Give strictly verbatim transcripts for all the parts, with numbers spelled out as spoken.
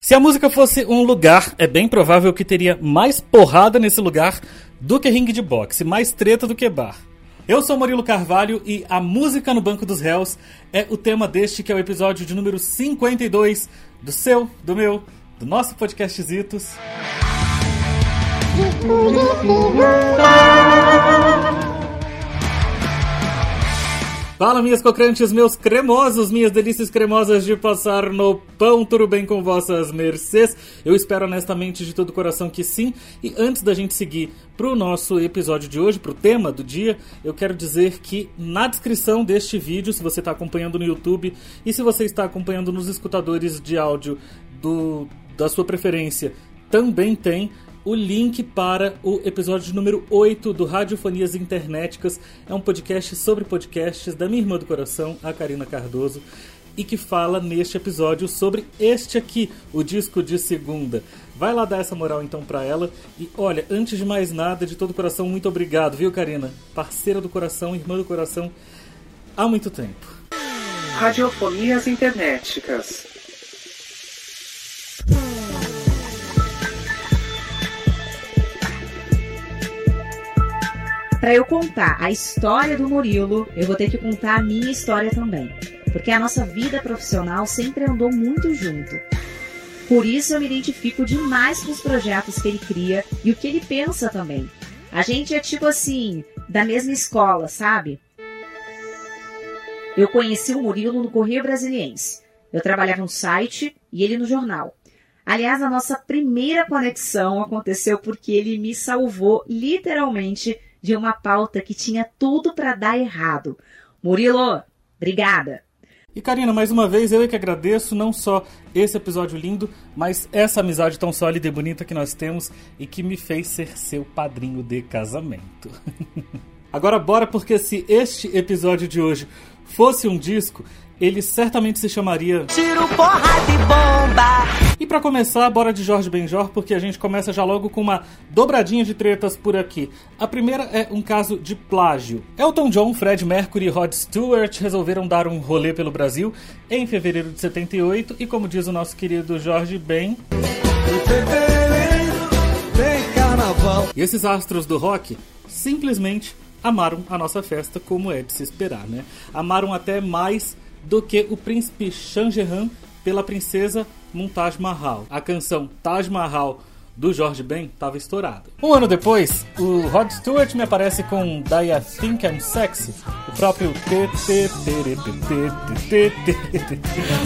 Se a música fosse um lugar, é bem provável que teria mais porrada nesse lugar do que ringue de boxe, mais treta do que bar. Eu sou Murilo Carvalho e a música no Banco dos Réus é o tema deste que é o episódio de número cinquenta e dois do seu, do meu, do nosso podcast Zitos. Fala, minhas cocrantes, meus cremosos, minhas delícias cremosas de passar no pão, tudo bem com vossas mercês? Eu espero honestamente de todo o coração que sim. E antes da gente seguir pro nosso episódio de hoje, pro tema do dia, eu quero dizer que na descrição deste vídeo, se você está acompanhando no YouTube e se você está acompanhando nos escutadores de áudio do, da sua preferência, também tem o link para o episódio número oito do Radiofonias Internéticas. É um podcast sobre podcasts da minha irmã do coração, a Karina Cardoso, e que fala neste episódio sobre este aqui, o disco de segunda. Vai lá dar essa moral então pra ela. E olha, antes de mais nada, de todo o coração, muito obrigado, viu, Karina? Parceira do coração, irmã do coração, há muito tempo. Radiofonias Internéticas. Para eu contar a história do Murilo, eu vou ter que contar a minha história também. Porque a nossa vida profissional sempre andou muito junto. Por isso eu me identifico demais com os projetos que ele cria e o que ele pensa também. A gente é tipo assim, da mesma escola, sabe? Eu conheci o Murilo no Correio Brasiliense. Eu trabalhava no site e ele no jornal. Aliás, a nossa primeira conexão aconteceu porque ele me salvou literalmente de uma pauta que tinha tudo para dar errado. Murilo, obrigada. E Karina, mais uma vez, eu é que agradeço não só esse episódio lindo, mas essa amizade tão sólida e bonita que nós temos e que me fez ser seu padrinho de casamento. Agora bora, porque se este episódio de hoje fosse um disco, ele certamente se chamaria Tiro, Porra de Bomba. E pra começar, bora de Jorge Benjor, porque a gente começa já logo com uma dobradinha de tretas por aqui. A primeira é um caso de plágio. Elton John, Fred Mercury e Rod Stewart resolveram dar um rolê pelo Brasil em fevereiro de setenta e oito e, como diz o nosso querido Jorge Ben, em fevereiro tem carnaval. E esses astros do rock simplesmente amaram a nossa festa, como é de se esperar, né? Amaram até mais do que o príncipe Shah Jahan pela princesa Mumtaz Mahal. A canção Taj Mahal do Jorge Ben estava estourada. Um ano depois, o Rod Stewart me aparece com Do You Think I'm Sexy? O próprio T T T T T T.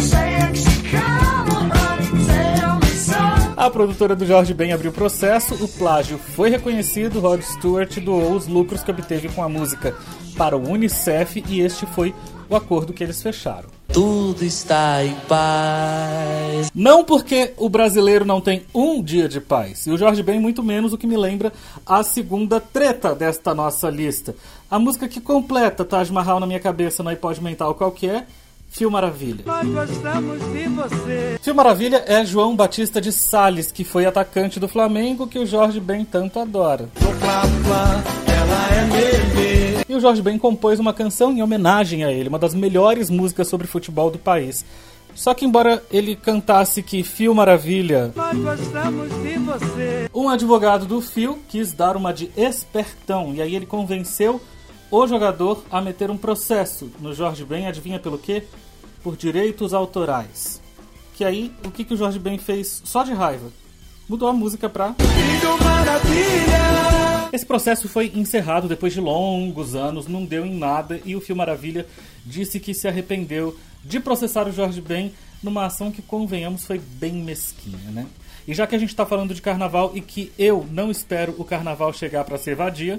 A produtora do Jorge Ben abriu o processo, o plágio foi reconhecido, Rod Stewart doou os lucros que obteve com a música para o Unicef e este foi o acordo que eles fecharam. Tudo está em paz. Não porque o brasileiro não tem um dia de paz, e o Jorge Ben muito menos, o que me lembra a segunda treta desta nossa lista. A música que completa Taj Mahal na minha cabeça no iPod mental qualquer, Fio Maravilha. Nós gostamos de você. Fio Maravilha é João Batista de Sales, que foi atacante do Flamengo, que o Jorge Ben tanto adora. Plá, plá, ela é meme. E o Jorge Ben compôs uma canção em homenagem a ele, uma das melhores músicas sobre futebol do país. Só que embora ele cantasse que Fio Maravilha, nós gostamos de você, um advogado do Fio quis dar uma de espertão, e aí ele convenceu o jogador a meter um processo no Jorge Ben, adivinha pelo quê? Por direitos autorais. Que aí, o que, que o Jorge Ben fez só de raiva? Mudou a música pra Fio Maravilha. Esse processo foi encerrado depois de longos anos, não deu em nada, e o Fio Maravilha disse que se arrependeu de processar o Jorge Ben numa ação que, convenhamos, foi bem mesquinha, né? E já que a gente tá falando de carnaval e que eu não espero o carnaval chegar pra ser vadia,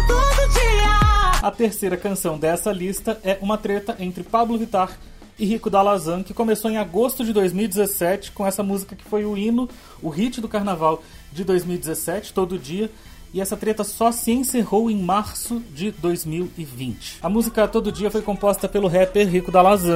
a terceira canção dessa lista é uma treta entre Pablo Vittar e Rico Dalazan, que começou em agosto de dois mil e dezessete com essa música que foi o hino, o hit do carnaval de dois mil e dezessete, Todo Dia, e essa treta só se encerrou em março de dois mil e vinte. A música Todo Dia foi composta pelo rapper Rico Dalazan,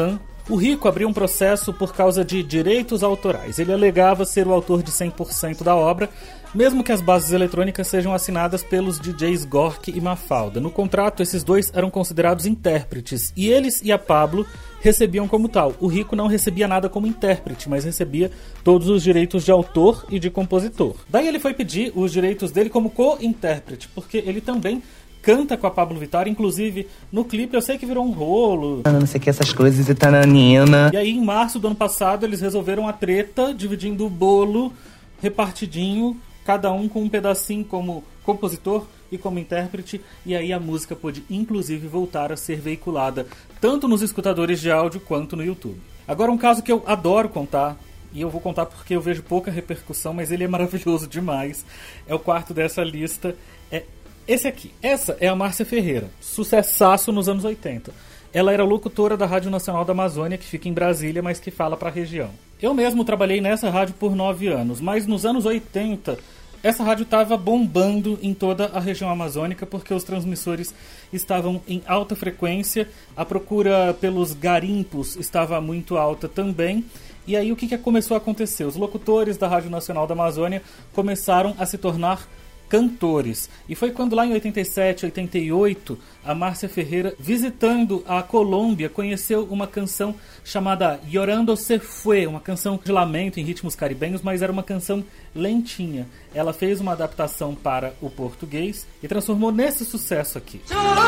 O Rico abriu um processo por causa de direitos autorais. Ele alegava ser o autor de cem por cento da obra, mesmo que as bases eletrônicas sejam assinadas pelos D Js Gork e Mafalda. No contrato, esses dois eram considerados intérpretes, e eles e a Pablo recebiam como tal. O Rico não recebia nada como intérprete, mas recebia todos os direitos de autor e de compositor. Daí ele foi pedir os direitos dele como co-intérprete, porque ele também canta com a Pablo Vittar, inclusive no clipe eu sei que virou um rolo. Não sei o que, essas coisas e tananina. E aí em março do ano passado eles resolveram a treta, dividindo o bolo repartidinho, cada um com um pedacinho como compositor e como intérprete, e aí a música pôde inclusive voltar a ser veiculada tanto nos escutadores de áudio quanto no YouTube. Agora um caso que eu adoro contar, e eu vou contar porque eu vejo pouca repercussão, mas ele é maravilhoso demais, é o quarto dessa lista, é esse aqui. Essa é a Márcia Ferreira, sucessaço nos anos oitenta. Ela era locutora da Rádio Nacional da Amazônia, que fica em Brasília, mas que fala para a região. Eu mesmo trabalhei nessa rádio por nove anos, mas nos anos oitenta, essa rádio estava bombando em toda a região amazônica, porque os transmissores estavam em alta frequência, a procura pelos garimpos estava muito alta também. E aí o que, que começou a acontecer? Os locutores da Rádio Nacional da Amazônia começaram a se tornar cantores. E foi quando lá em oitenta e sete, oitenta e oito, a Márcia Ferreira, visitando a Colômbia, conheceu uma canção chamada Llorando Se Fue, uma canção de lamento em ritmos caribenhos, mas era uma canção lentinha. Ela fez uma adaptação para o português e transformou nesse sucesso aqui.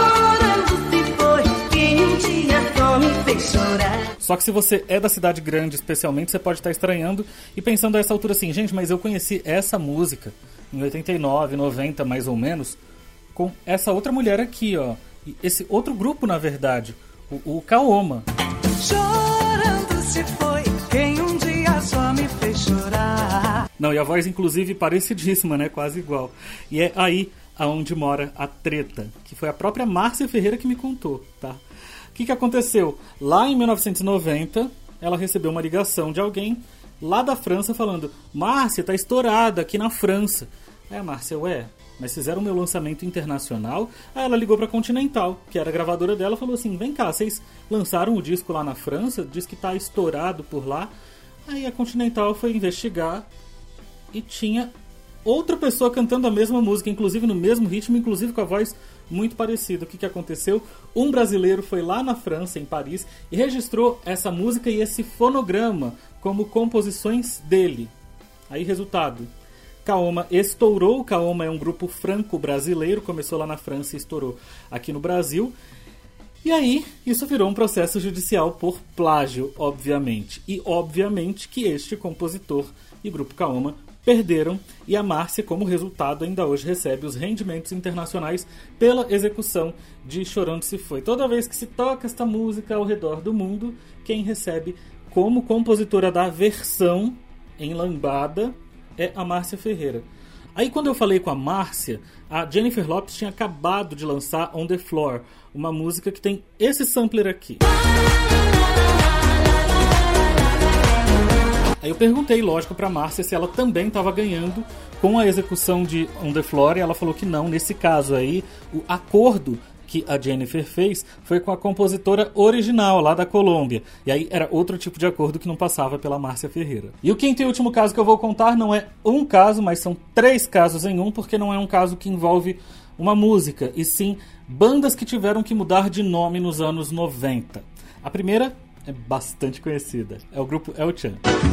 Só que se você é da cidade grande, especialmente, você pode estar estranhando e pensando a essa altura assim, gente, mas eu conheci essa música em oitenta e nove, noventa mais ou menos, com essa outra mulher aqui, ó. E esse outro grupo, na verdade, o, o Kaoma. Chorando se foi quem um dia só me fez chorar. Não, e a voz, inclusive, parecidíssima, né? Quase igual. E é aí aonde mora a treta, que foi a própria Márcia Ferreira que me contou, tá? O que, que aconteceu? Lá em mil novecentos e noventa, ela recebeu uma ligação de alguém lá da França falando: Márcia, tá estourada aqui na França. É, a Márcia, ué, mas fizeram o meu lançamento internacional? Aí ela ligou pra Continental, que era a gravadora dela, falou assim: vem cá, vocês lançaram o disco lá na França? Diz que tá estourado por lá. Aí a Continental foi investigar e tinha outra pessoa cantando a mesma música, inclusive no mesmo ritmo, inclusive com a voz muito parecida. O que, que aconteceu? Um brasileiro foi lá na França, em Paris, e registrou essa música e esse fonograma como composições dele. Aí, resultado, Kaoma estourou. Kaoma é um grupo franco-brasileiro, começou lá na França e estourou aqui no Brasil. E aí, isso virou um processo judicial por plágio, obviamente. E, obviamente, que este compositor e grupo Kaoma perderam, e a Márcia, como resultado, ainda hoje recebe os rendimentos internacionais pela execução de Chorando Se Foi. Toda vez que se toca esta música ao redor do mundo, quem recebe como compositora da versão em lambada é a Márcia Ferreira. Aí quando eu falei com a Márcia, a Jennifer Lopez tinha acabado de lançar On The Floor, uma música que tem esse sampler aqui. Aí eu perguntei, lógico, pra Márcia se ela também estava ganhando com a execução de On The Floor, e ela falou que não. Nesse caso aí, o acordo que a Jennifer fez foi com a compositora original lá da Colômbia. E aí era outro tipo de acordo que não passava pela Márcia Ferreira. E o quinto e último caso que eu vou contar não é um caso, mas são três casos em um, porque não é um caso que envolve uma música, e sim bandas que tiveram que mudar de nome nos anos noventa. A primeira é bastante conhecida, é o grupo El Chan.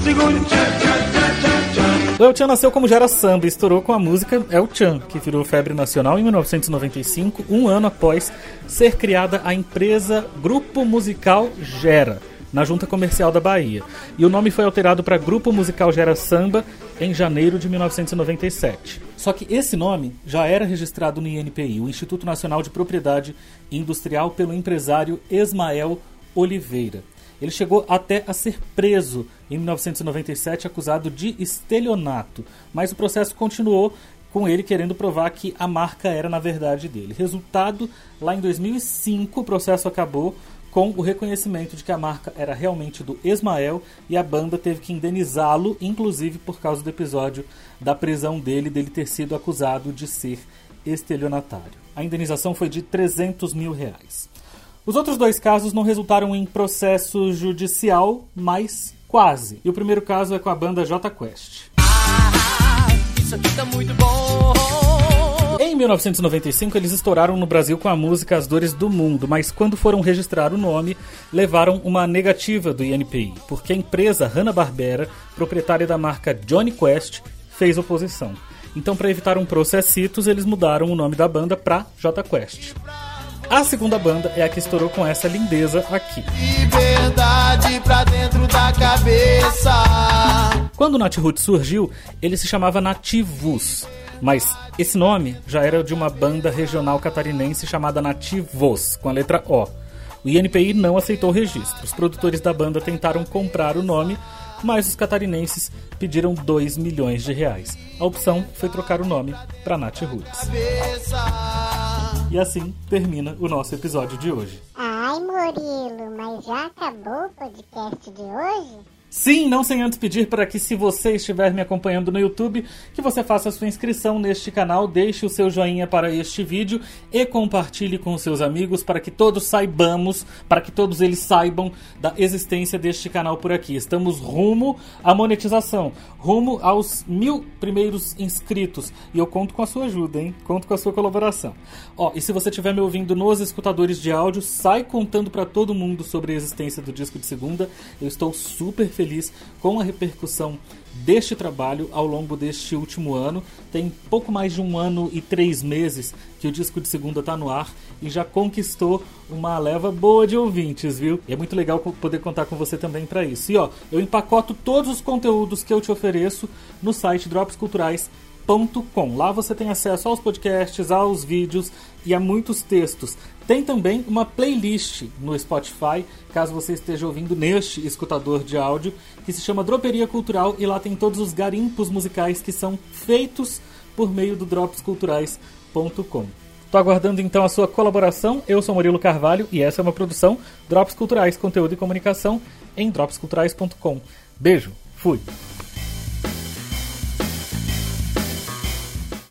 O El Chan nasceu como Gera Samba e estourou com a música El Chan, que virou febre nacional em mil novecentos e noventa e cinco, um ano após ser criada a empresa Grupo Musical Gera, na Junta Comercial da Bahia. E o nome foi alterado para Grupo Musical Gera Samba em janeiro de mil novecentos e noventa e sete. Só que esse nome já era registrado no I N P I, o Instituto Nacional de Propriedade Industrial, pelo empresário Ismael Oliveira. Ele chegou até a ser preso em mil novecentos e noventa e sete, acusado de estelionato, mas o processo continuou com ele querendo provar que a marca era na verdade dele. Resultado, lá em dois mil e cinco o processo acabou com o reconhecimento de que a marca era realmente do Ismael, e a banda teve que indenizá-lo, inclusive por causa do episódio da prisão dele, dele ter sido acusado de ser estelionatário. A indenização foi de trezentos mil reais. Os outros dois casos não resultaram em processo judicial, mas quase. E o primeiro caso é com a banda Jota Quest. Ah, isso aqui tá muito bom. Em mil novecentos e noventa e cinco, eles estouraram no Brasil com a música As Dores do Mundo, mas quando foram registrar o nome, levaram uma negativa do I N P I, porque a empresa Hanna-Barbera, proprietária da marca Johnny Quest, fez oposição. Então, para evitar um processitos, eles mudaram o nome da banda para Jota Quest. A segunda banda é a que estourou com essa lindeza aqui. Liberdade pra dentro da cabeça. Quando o Natiroots surgiu, ele se chamava Nativus, mas esse nome já era de uma banda regional catarinense chamada Nativos, com a letra O. O I N P I não aceitou o registro. Os produtores da banda tentaram comprar o nome, mas os catarinenses pediram dois milhões de reais. A opção foi trocar o nome para Natiroots. E assim termina o nosso episódio de hoje. Ai, Murilo, mas já acabou o podcast de hoje? Sim, não sem antes pedir para que, se você estiver me acompanhando no YouTube, que você faça a sua inscrição neste canal, deixe o seu joinha para este vídeo e compartilhe com seus amigos para que todos saibamos, para que todos eles saibam da existência deste canal por aqui. Estamos rumo à monetização, rumo aos mil primeiros inscritos e eu conto com a sua ajuda, hein? Conto com a sua colaboração. Ó, e se você estiver me ouvindo nos escutadores de áudio, sai contando para todo mundo sobre a existência do Disco de Segunda. Eu estou super feliz com a repercussão deste trabalho ao longo deste último ano. Tem pouco mais de um ano e três meses que o Disco de Segunda está no ar e já conquistou uma leva boa de ouvintes, viu? E é muito legal poder contar com você também para isso. E ó, eu empacoto todos os conteúdos que eu te ofereço no site drops culturais ponto com. Lá você tem acesso aos podcasts, aos vídeos e a muitos textos. Tem também uma playlist no Spotify, caso você esteja ouvindo neste escutador de áudio, que se chama Droperia Cultural, e lá tem todos os garimpos musicais que são feitos por meio do drops culturais ponto com. Tô aguardando então a sua colaboração. Eu sou Murilo Carvalho e essa é uma produção Drops Culturais, conteúdo e comunicação em drops culturais ponto com. Beijo, fui!